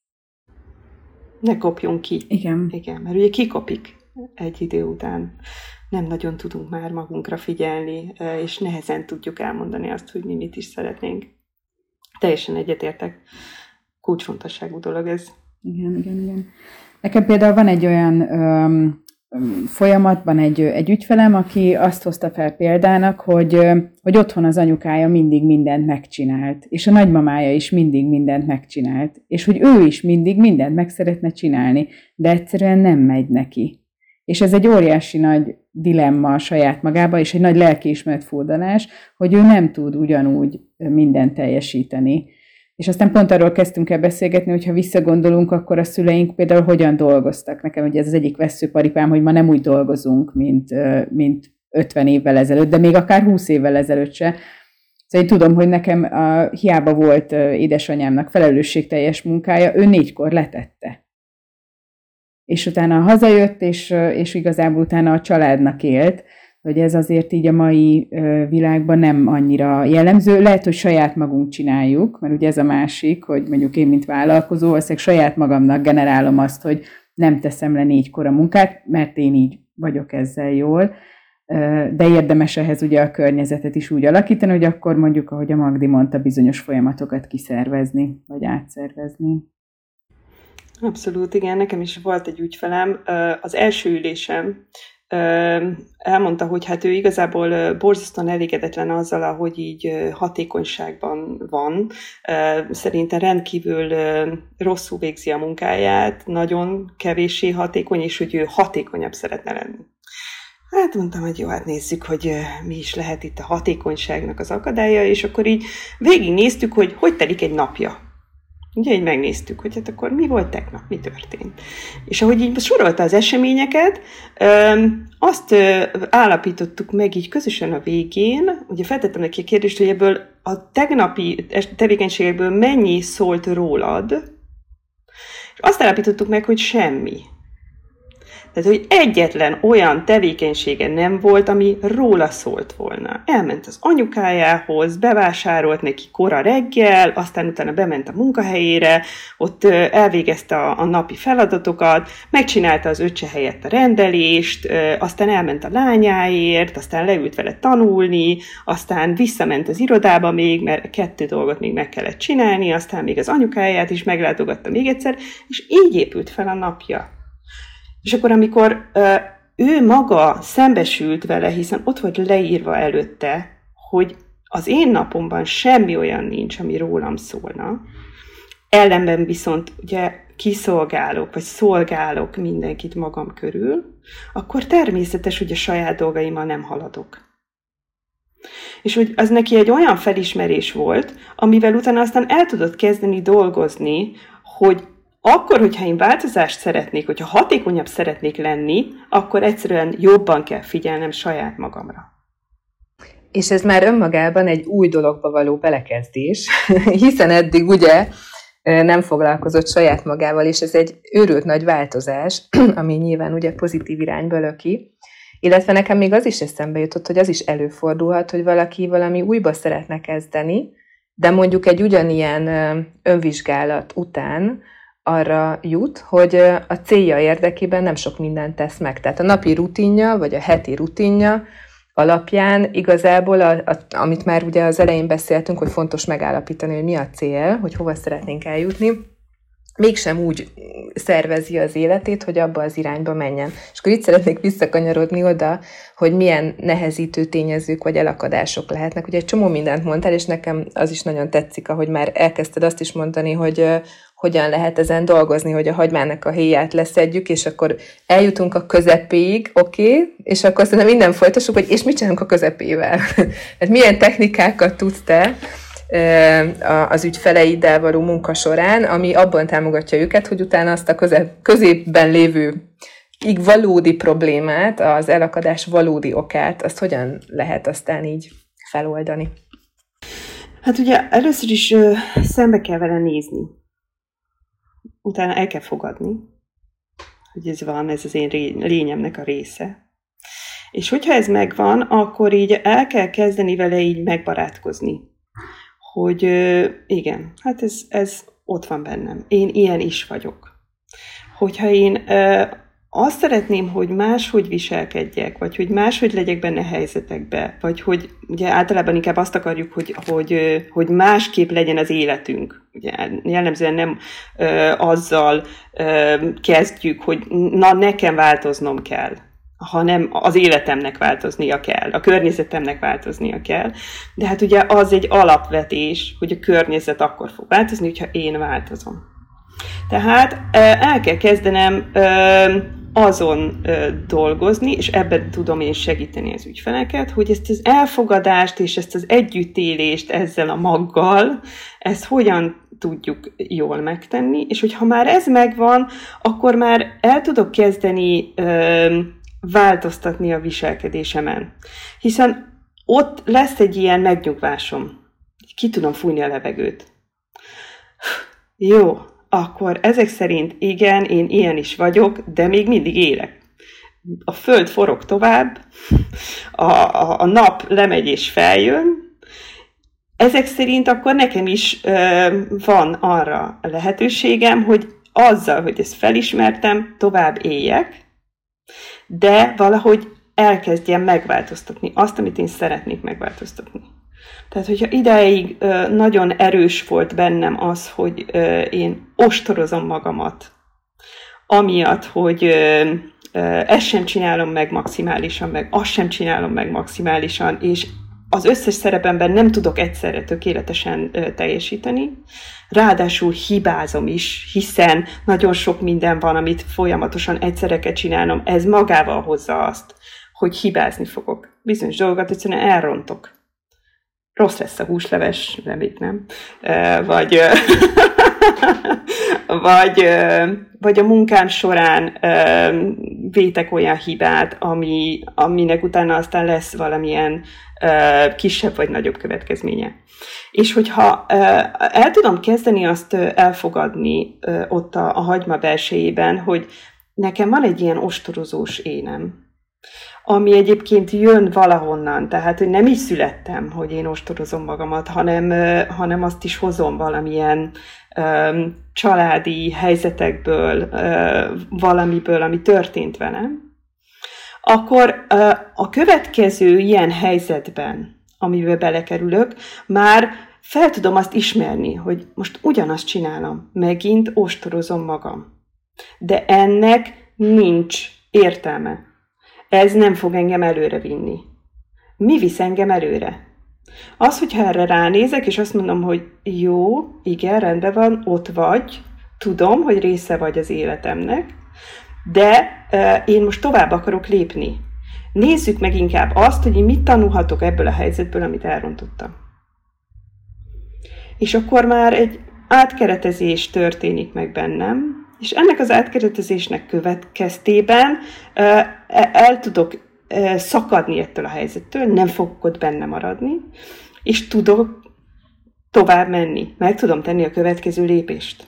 Ne kopjunk ki. Igen, mert ugye kikopik egy idő után. Nem nagyon tudunk már magunkra figyelni, és nehezen tudjuk elmondani azt, hogy mi mit is szeretnénk. Teljesen egyetértek. Kulcsfontosságú dolog ez. Igen. Nekem például van egy olyan folyamatban egy ügyfelem, aki azt hozta fel példának, hogy otthon az anyukája mindig mindent megcsinált, és a nagymamája is mindig mindent megcsinált, és hogy ő is mindig mindent meg szeretne csinálni, de egyszerűen nem megy neki. És ez egy óriási nagy dilemma a saját magába, és egy nagy lelkiismeret furdalás, hogy ő nem tud ugyanúgy mindent teljesíteni. És aztán pont arról kezdtünk el beszélgetni, hogy ha visszagondolunk, akkor a szüleink például hogyan dolgoztak. Nekem ugye ez az egyik vesszőparipám, hogy ma nem úgy dolgozunk, mint 50 évvel ezelőtt, de még akár 20 évvel ezelőtt se. Szóval én tudom, hogy nekem hiába volt édesanyámnak felelősségteljes munkája, ő 4-kor letette. És utána hazajött, és igazából utána a családnak élt, hogy ez azért így a mai világban nem annyira jellemző. Lehet, hogy saját magunk csináljuk, mert ugye ez a másik, hogy mondjuk én, mint vállalkozó, valószínűleg saját magamnak generálom azt, hogy nem teszem le 4-kor a munkát, mert én így vagyok ezzel jól, de érdemes ehhez ugye a környezetet is úgy alakítani, hogy akkor mondjuk, ahogy a Magdi mondta, bizonyos folyamatokat kiszervezni, vagy átszervezni. Abszolút, igen. Nekem is volt egy ügyfelem. Az első ülésem elmondta, hogy hát ő igazából borzasztóan elégedetlen azzal, ahogy így hatékonyságban van. Szerintem rendkívül rosszul végzi a munkáját, nagyon kevéssé hatékony, és hogy ő hatékonyabb szeretne lenni. Hát mondtam, hogy jó, hát nézzük, hogy mi is lehet itt a hatékonyságnak az akadálya, és akkor így végignéztük, hogy telik egy napja. Ugye így megnéztük, hogy hát akkor mi volt tegnap, mi történt. És ahogy így sorolta az eseményeket, azt állapítottuk meg így közösen a végén, ugye feltettem neki a kérdést, hogy ebből a tegnapi tevékenységekből mennyi szólt rólad, és azt állapítottuk meg, hogy semmi. Tehát, hogy egyetlen olyan tevékenysége nem volt, ami róla szólt volna. Elment az anyukájához, bevásárolt neki kora reggel, aztán utána bement a munkahelyére, ott elvégezte a napi feladatokat, megcsinálta az öccse helyett a rendelést, aztán elment a lányáért, aztán leült vele tanulni, aztán visszament az irodába még, mert 2 dolgot még meg kellett csinálni, aztán még az anyukáját is meglátogatta még egyszer, és így épült fel a napja. És akkor, amikor ő maga szembesült vele, hiszen ott volt leírva előtte, hogy az én napomban semmi olyan nincs, ami rólam szólna, ellenben viszont ugye kiszolgálok, vagy szolgálok mindenkit magam körül, akkor természetes, hogy a saját dolgaimmal nem haladok. És hogy az neki egy olyan felismerés volt, amivel utána aztán el tudott kezdeni dolgozni, hogy akkor, hogyha én változást szeretnék, hogyha hatékonyabb szeretnék lenni, akkor egyszerűen jobban kell figyelnem saját magamra. És ez már önmagában egy új dologba való belekezdés, hiszen eddig ugye nem foglalkozott saját magával, és ez egy őrült nagy változás, ami nyilván ugye pozitív irányba löki. Illetve nekem még az is eszembe jutott, hogy az is előfordulhat, hogy valaki valami újba szeretne kezdeni, de mondjuk egy ugyanilyen önvizsgálat után arra jut, hogy a célja érdekében nem sok mindent tesz meg. Tehát a napi rutinja, vagy a heti rutinja alapján igazából, amit már ugye az elején beszéltünk, hogy fontos megállapítani, hogy mi a cél, hogy hova szeretnénk eljutni, mégsem úgy szervezi az életét, hogy abba az irányba menjen. És akkor itt szeretnék visszakanyarodni oda, hogy milyen nehezítő tényezők vagy elakadások lehetnek. Ugye egy csomó mindent mondtál, és nekem az is nagyon tetszik, ahogy már elkezdted azt is mondani, hogy hogyan lehet ezen dolgozni, hogy a hagymának a héját leszedjük, és akkor eljutunk a közepéig, oké, és akkor aztán minden folytassuk, hogy és mit csinálunk a közepével? Hát milyen technikákat tudsz te az ügyfeleiddel való munka során, ami abban támogatja őket, hogy utána azt a középben lévő valódi problémát, az elakadás valódi okát, azt hogyan lehet aztán így feloldani? Hát ugye először is szembe kell vele nézni. Utána el kell fogadni, hogy ez van, ez az én lényemnek a része. És hogyha ez megvan, akkor így el kell kezdeni vele így megbarátkozni. Hogy igen, hát ez ott van bennem. Én ilyen is vagyok. Hogyha én azt szeretném, hogy máshogy viselkedjek, vagy hogy máshogy legyek benne helyzetekbe, vagy hogy ugye általában inkább azt akarjuk, hogy másképp legyen az életünk. Ugye jellemzően nem azzal kezdjük, hogy na nekem változnom kell, hanem az életemnek változnia kell, a környezetemnek változnia kell. De hát ugye az egy alapvetés, hogy a környezet akkor fog változni, hogyha én változom. Tehát el kell kezdenem azon dolgozni, és ebben tudom én segíteni az ügyfeleket, hogy ezt az elfogadást és ezt az együttélést ezzel a maggal, ezt hogyan tudjuk jól megtenni, és hogyha már ez megvan, akkor már el tudok kezdeni változtatni a viselkedésemen. Hiszen ott lesz egy ilyen megnyugvásom. Ki tudom fújni a levegőt. Jó, akkor ezek szerint igen, én ilyen is vagyok, de még mindig élek. A föld forog tovább, a nap lemegy és feljön. Ezek szerint akkor nekem is van arra lehetőségem, hogy azzal, hogy ezt felismertem, tovább éljek, de valahogy elkezdjem megváltoztatni azt, amit én szeretnék megváltoztatni. Tehát, hogyha ideig nagyon erős volt bennem az, hogy én ostorozom magamat, amiatt, hogy ezt sem csinálom meg maximálisan, meg azt sem csinálom meg maximálisan, és az összes szerepemben nem tudok egyszerre tökéletesen teljesíteni. Ráadásul hibázom is, hiszen nagyon sok minden van, amit folyamatosan egyszerre kell csinálnom. Ez magával hozza azt, hogy hibázni fogok. Bizonyos dolgokat egyszerűen elrontok. rossz lesz a húsleves, reméljük nem, vagy a munkám során vétek olyan hibát, aminek utána aztán lesz valamilyen kisebb vagy nagyobb következménye. És hogyha el tudom kezdeni azt elfogadni ott a hagyma belsejében, hogy nekem van egy ilyen ostorozós énem, ami egyébként jön valahonnan, tehát hogy nem is születtem, hogy én ostorozom magamat, hanem azt is hozom valamilyen családi helyzetekből, valamiből, ami történt velem, akkor a következő ilyen helyzetben, amiben belekerülök, már fel tudom azt ismerni, hogy most ugyanazt csinálom, megint ostorozom magam. De ennek nincs értelme. Ez nem fog engem előre vinni. Mi visz engem előre? Az, hogyha erre ránézek, és azt mondom, hogy jó, igen, rendben van, ott vagy, tudom, hogy része vagy az életemnek, de én most tovább akarok lépni. Nézzük meg inkább azt, hogy én mit tanulhatok ebből a helyzetből, amit elrontottam. És akkor már egy átkeretezés történik meg bennem, és ennek az átkeretezésnek következtében el tudok szakadni ettől a helyzettől, nem fogok ott benne maradni, és tudok tovább menni. Meg tudom tenni a következő lépést.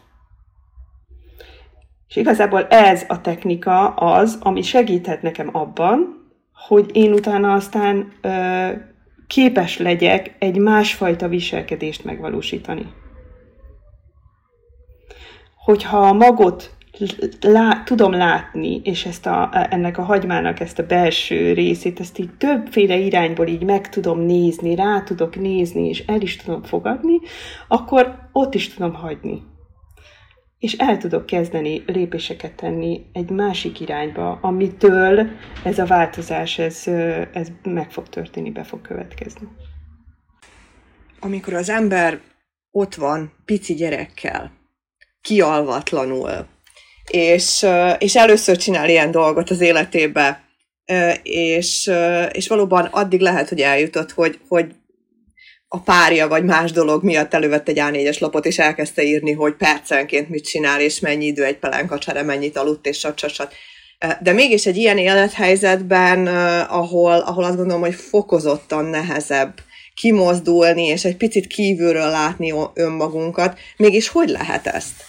És igazából ez a technika az, ami segíthet nekem abban, hogy én utána aztán képes legyek egy másfajta viselkedést megvalósítani. Hogyha a magot tudom látni, és ennek a hagymának ezt a belső részét, ezt így többféle irányból így meg tudom nézni, rá tudok nézni, és el is tudom fogadni, akkor ott is tudom hagyni. És el tudok kezdeni lépéseket tenni egy másik irányba, amitől ez a változás, ez meg fog történni, be fog következni. Amikor az ember ott van pici gyerekkel, kialvatlanul, és először csinál ilyen dolgot az életébe, és valóban addig lehet, hogy eljutott, hogy a párja vagy más dolog miatt elővett egy A4-es lapot, és elkezdte írni, hogy percenként mit csinál, és mennyi idő egy pelenkacsere, mennyit aludt, és sat. De mégis egy ilyen élethelyzetben, ahol azt gondolom, hogy fokozottan nehezebb kimozdulni, és egy picit kívülről látni önmagunkat, mégis hogy lehet ezt?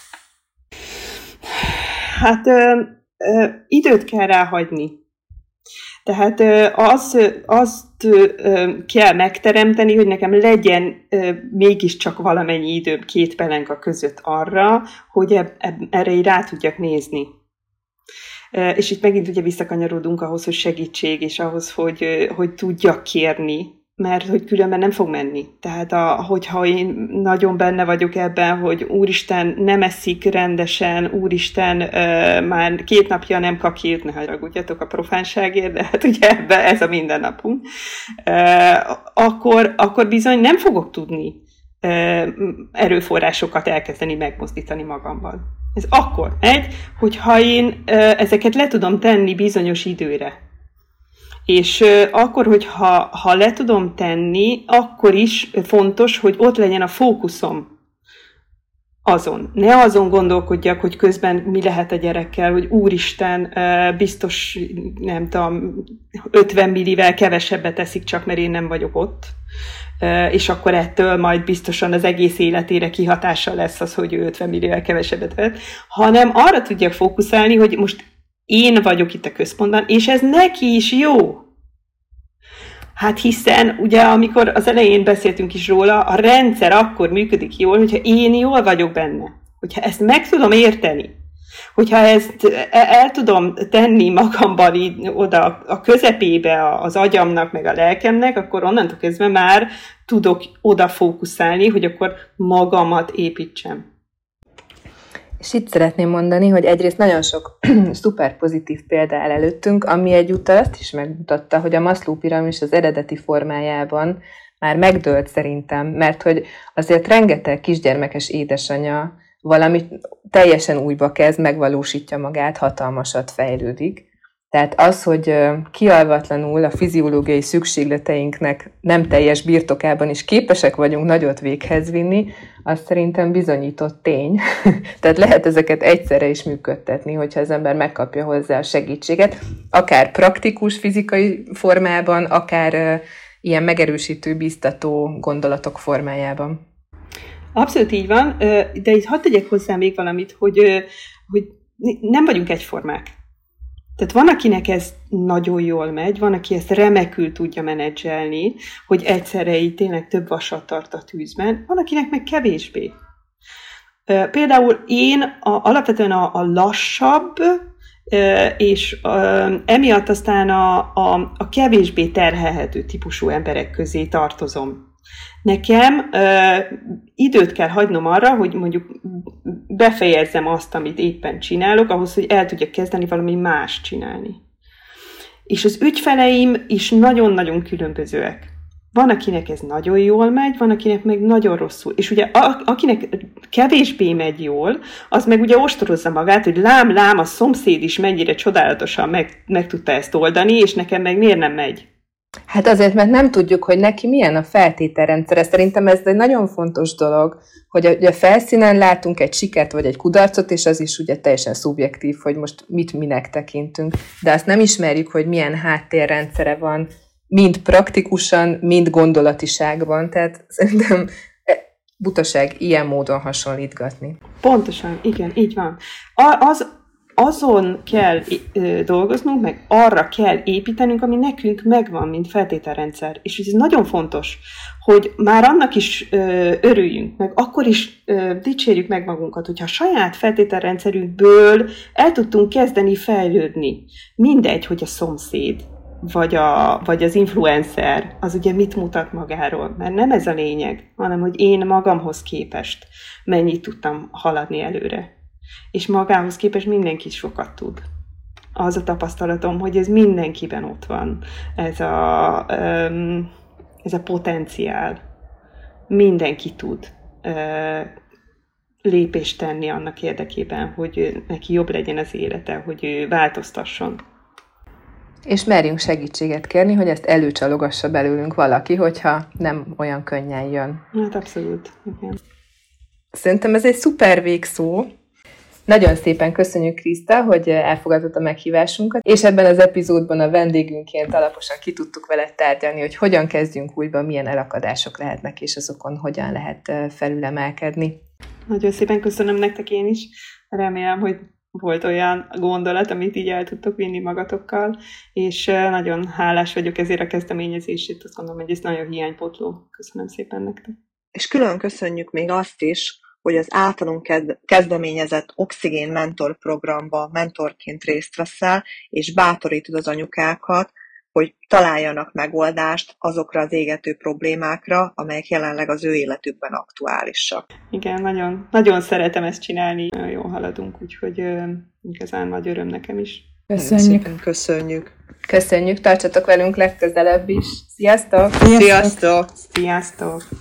Hát időt kell ráhagyni. Tehát azt kell megteremteni, hogy nekem legyen mégiscsak valamennyi időm 2 pelenka között arra, hogy erre így rá tudjak nézni. És itt megint ugye visszakanyarodunk ahhoz, hogy segítség, és ahhoz, hogy tudjak kérni, mert hogy különben nem fog menni. Tehát hogyha én nagyon benne vagyok ebben, hogy Úristen nem eszik rendesen, Úristen már 2 napja nem kakírt, ne haragudjatok a profánságért, de hát ugye ebben ez a mindennapunk, akkor bizony nem fogok tudni erőforrásokat elkezdeni megmozdítani magamban. Ez akkor hogyha én ezeket le tudom tenni bizonyos időre. És akkor, hogyha le tudom tenni, akkor is fontos, hogy ott legyen a fókuszom azon. Ne azon gondolkodjak, hogy közben mi lehet a gyerekkel, hogy Úristen, biztos, nem tudom, 50 millivel kevesebbet eszik csak, mert én nem vagyok ott. És akkor ettől majd biztosan az egész életére kihatással lesz az, hogy ő 50 millivel kevesebbet vett, hanem arra tudjak fókuszálni, hogy most én vagyok itt a központban, és ez neki is jó. Hát hiszen, ugye, amikor az elején beszéltünk is róla, a rendszer akkor működik jól, hogyha én jól vagyok benne. Hogyha ezt meg tudom érteni, hogyha ezt el tudom tenni magamban így oda a közepébe az agyamnak, meg a lelkemnek, akkor onnantól kezdve már tudok oda fókuszálni, hogy akkor magamat építsem. És itt szeretném mondani, hogy egyrészt nagyon sok szuper pozitív példa áll előttünk, ami egyúttal azt is megmutatta, hogy a Maslow-piramis az eredeti formájában már megdőlt szerintem, mert hogy azért rengeteg kisgyermekes édesanya valamit teljesen újba kezd, megvalósítja magát, hatalmasat fejlődik. Tehát az, hogy kialvatlanul a fiziológiai szükségleteinknek nem teljes birtokában is képesek vagyunk nagyot véghez vinni, az szerintem bizonyított tény. Tehát lehet ezeket egyszerre is működtetni, hogyha az ember megkapja hozzá a segítséget, akár praktikus fizikai formában, akár ilyen megerősítő, biztató gondolatok formájában. Abszolút így van, de itt hadd tegyek hozzá még valamit, hogy nem vagyunk egyformák. Tehát van, akinek ez nagyon jól megy, van, aki ezt remekül tudja menedzselni, hogy egyszerre így tényleg több vasat tart a tűzben, van, akinek meg kevésbé. Például én alapvetően a lassabb, és emiatt aztán a kevésbé terhelhető típusú emberek közé tartozom. Nekem időt kell hagynom arra, hogy mondjuk befejezzem azt, amit éppen csinálok, ahhoz, hogy el tudjak kezdeni valami más csinálni. És az ügyfeleim is nagyon-nagyon különbözőek. Van, akinek ez nagyon jól megy, van, akinek meg nagyon rosszul. És ugye akinek kevésbé megy jól, az meg ugye ostorozza magát, hogy lám, a szomszéd is mennyire csodálatosan meg tudta ezt oldani, és nekem meg miért nem megy. Hát azért, mert nem tudjuk, hogy neki milyen a feltételrendszere. Szerintem ez egy nagyon fontos dolog, hogy a felszínen látunk egy sikert vagy egy kudarcot, és az is ugye teljesen szubjektív, hogy most mit minek tekintünk. De azt nem ismerjük, hogy milyen háttérrendszere van, mind praktikusan, mind gondolatiságban. Tehát szerintem butaság ilyen módon hasonlítgatni. Pontosan, igen, így van. Azon kell dolgoznunk, meg arra kell építenünk, ami nekünk megvan, mint feltételrendszer. És ez nagyon fontos, hogy már annak is örüljünk, meg akkor is dicsérjük meg magunkat, hogyha a saját feltételrendszerünkből el tudtunk kezdeni fejlődni. Mindegy, hogy a szomszéd, vagy az influencer, az ugye mit mutat magáról, mert nem ez a lényeg, hanem hogy én magamhoz képest mennyit tudtam haladni előre. És magához képest mindenki sokat tud. Az a tapasztalatom, hogy ez mindenkiben ott van, ez a potenciál. Mindenki tud lépést tenni annak érdekében, hogy neki jobb legyen az élete, hogy ő változtasson. És merjünk segítséget kérni, hogy ezt előcsalogassa belőlünk valaki, hogyha nem olyan könnyen jön. Hát abszolút, igen. Szerintem ez egy szuper végszó. Nagyon szépen köszönjük, Kriszta, hogy elfogadott a meghívásunkat, és ebben az epizódban a vendégünként alaposan ki tudtuk veled tárgyalni, hogy hogyan kezdjünk újba, milyen elakadások lehetnek, és azokon hogyan lehet felülemelkedni. Nagyon szépen köszönöm nektek én is. Remélem, hogy volt olyan gondolat, amit így el tudtok vinni magatokkal, és nagyon hálás vagyok ezért a kezdeményezését. Azt gondolom, hogy ez nagyon hiánypótló. Köszönöm szépen nektek. És külön köszönjük még azt is, hogy az általunk kezdeményezett Oxigén Mentor programba mentorként részt veszel, és bátorítod az anyukákat, hogy találjanak megoldást azokra az égető problémákra, amelyek jelenleg az ő életükben aktuálisak. Igen, nagyon, nagyon szeretem ezt csinálni, nagyon jól haladunk, úgyhogy igazán nagy öröm nekem is. Köszönjük. Köszönjük. Köszönjük, tartsatok velünk legközelebb is. Sziasztok! Sziasztok! Sziasztok!